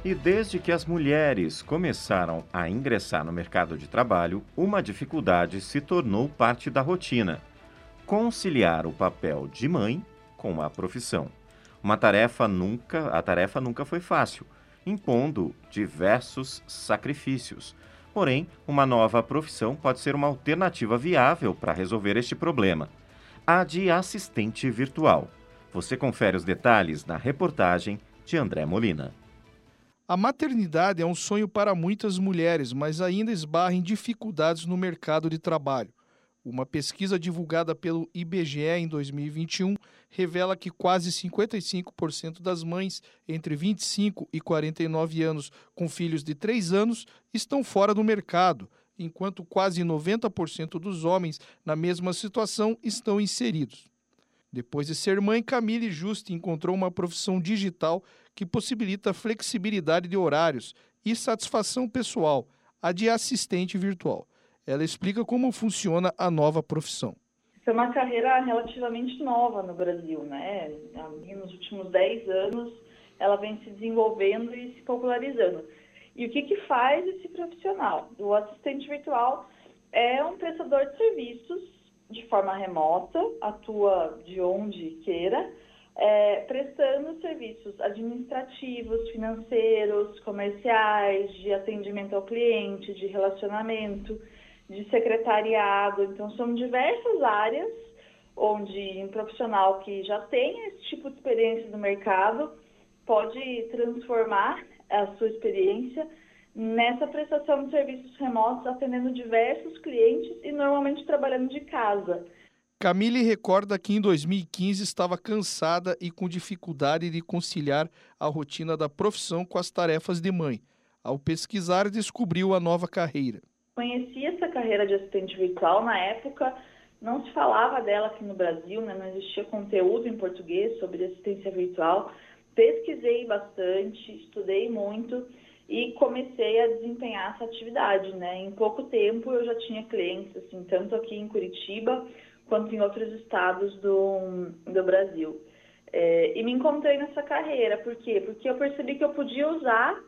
E desde que as mulheres começaram a ingressar no mercado de trabalho, uma dificuldade se tornou parte da rotina: conciliar o papel de mãe com a profissão. A tarefa nunca foi fácil, impondo diversos sacrifícios. Porém, uma nova profissão pode ser uma alternativa viável para resolver este problema: a de assistente virtual. Você confere os detalhes na reportagem de André Molina. A maternidade é um sonho para muitas mulheres, mas ainda esbarra em dificuldades no mercado de trabalho. Uma pesquisa divulgada pelo IBGE em 2021 revela que quase 55% das mães entre 25 e 49 anos com filhos de 3 anos estão fora do mercado, enquanto quase 90% dos homens na mesma situação estão inseridos. Depois de ser mãe, Camille Juste encontrou uma profissão digital que possibilita flexibilidade de horários e satisfação pessoal, a de assistente virtual. Ela explica como funciona a nova profissão. Isso é uma carreira relativamente nova no Brasil, né? Nos últimos 10 anos, ela vem se desenvolvendo e se popularizando. E o que faz esse profissional? O assistente virtual é um prestador de serviços de forma remota, atua de onde queira, prestando serviços administrativos, financeiros, comerciais, de atendimento ao cliente, de relacionamento, de secretariado. Então, são diversas áreas onde um profissional que já tem esse tipo de experiência no mercado pode transformar a sua experiência nessa prestação de serviços remotos, atendendo diversos clientes e normalmente trabalhando de casa. Camille recorda que em 2015 estava cansada e com dificuldade de conciliar a rotina da profissão com as tarefas de mãe. Ao pesquisar, descobriu a nova carreira. Conheci essa carreira de assistente virtual. Na época, não se falava dela aqui no Brasil, né? Não existia conteúdo em português sobre assistência virtual. Pesquisei bastante, estudei muito e comecei a desempenhar essa atividade, né? Em pouco tempo eu já tinha clientes, assim, tanto aqui em Curitiba quanto em outros estados do Brasil. E me encontrei nessa carreira. Por quê? Porque eu percebi que eu podia usar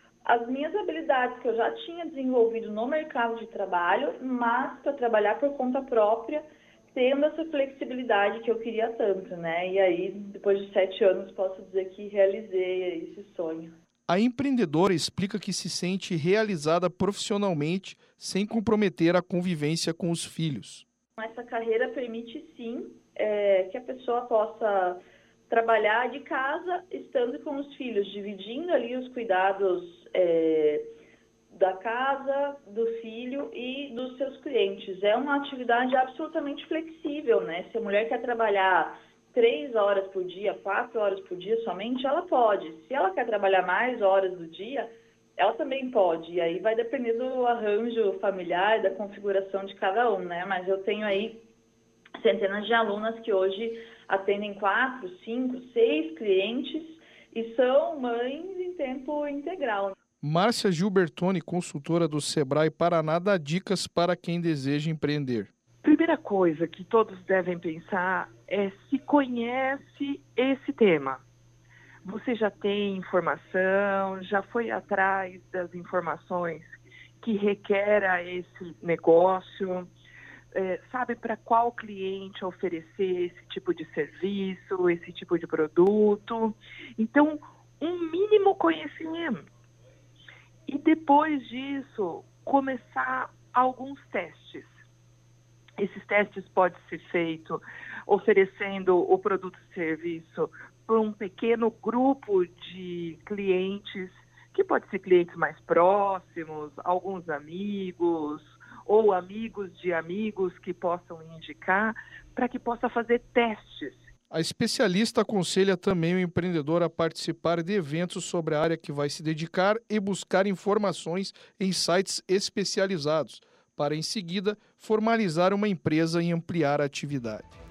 as minhas habilidades que eu já tinha desenvolvido no mercado de trabalho, mas para trabalhar por conta própria, tendo essa flexibilidade que eu queria tanto, né? E aí, depois de 7 anos, posso dizer que realizei esse sonho. A empreendedora explica que se sente realizada profissionalmente sem comprometer a convivência com os filhos. Essa carreira permite, sim, que a pessoa possa trabalhar de casa, estando com os filhos, dividindo ali os cuidados da casa, do filho e dos seus clientes. É uma atividade absolutamente flexível, né? Se a mulher quer trabalhar 3 horas por dia, 4 horas por dia somente, ela pode. Se ela quer trabalhar mais horas do dia, ela também pode. E aí vai depender do arranjo familiar, da configuração de cada um, né? Mas eu tenho aí centenas de alunas que hoje atendem 4, 5, 6 clientes e são mães em tempo integral. Márcia Gilbertoni, consultora do Sebrae Paraná, dá dicas para quem deseja empreender. Primeira coisa que todos devem pensar é se conhece esse tema. Você já tem informação, já foi atrás das informações que requer a esse negócio, sabe para qual cliente oferecer esse tipo de serviço, esse tipo de produto. Então, um mínimo conhecimento. E depois disso, começar alguns testes. Esses testes podem ser feitos oferecendo o produto e serviço para um pequeno grupo de clientes, que pode ser clientes mais próximos, alguns amigos, ou amigos de amigos que possam indicar, para que possa fazer testes. A especialista aconselha também o empreendedor a participar de eventos sobre a área que vai se dedicar e buscar informações em sites especializados, para em seguida formalizar uma empresa e ampliar a atividade.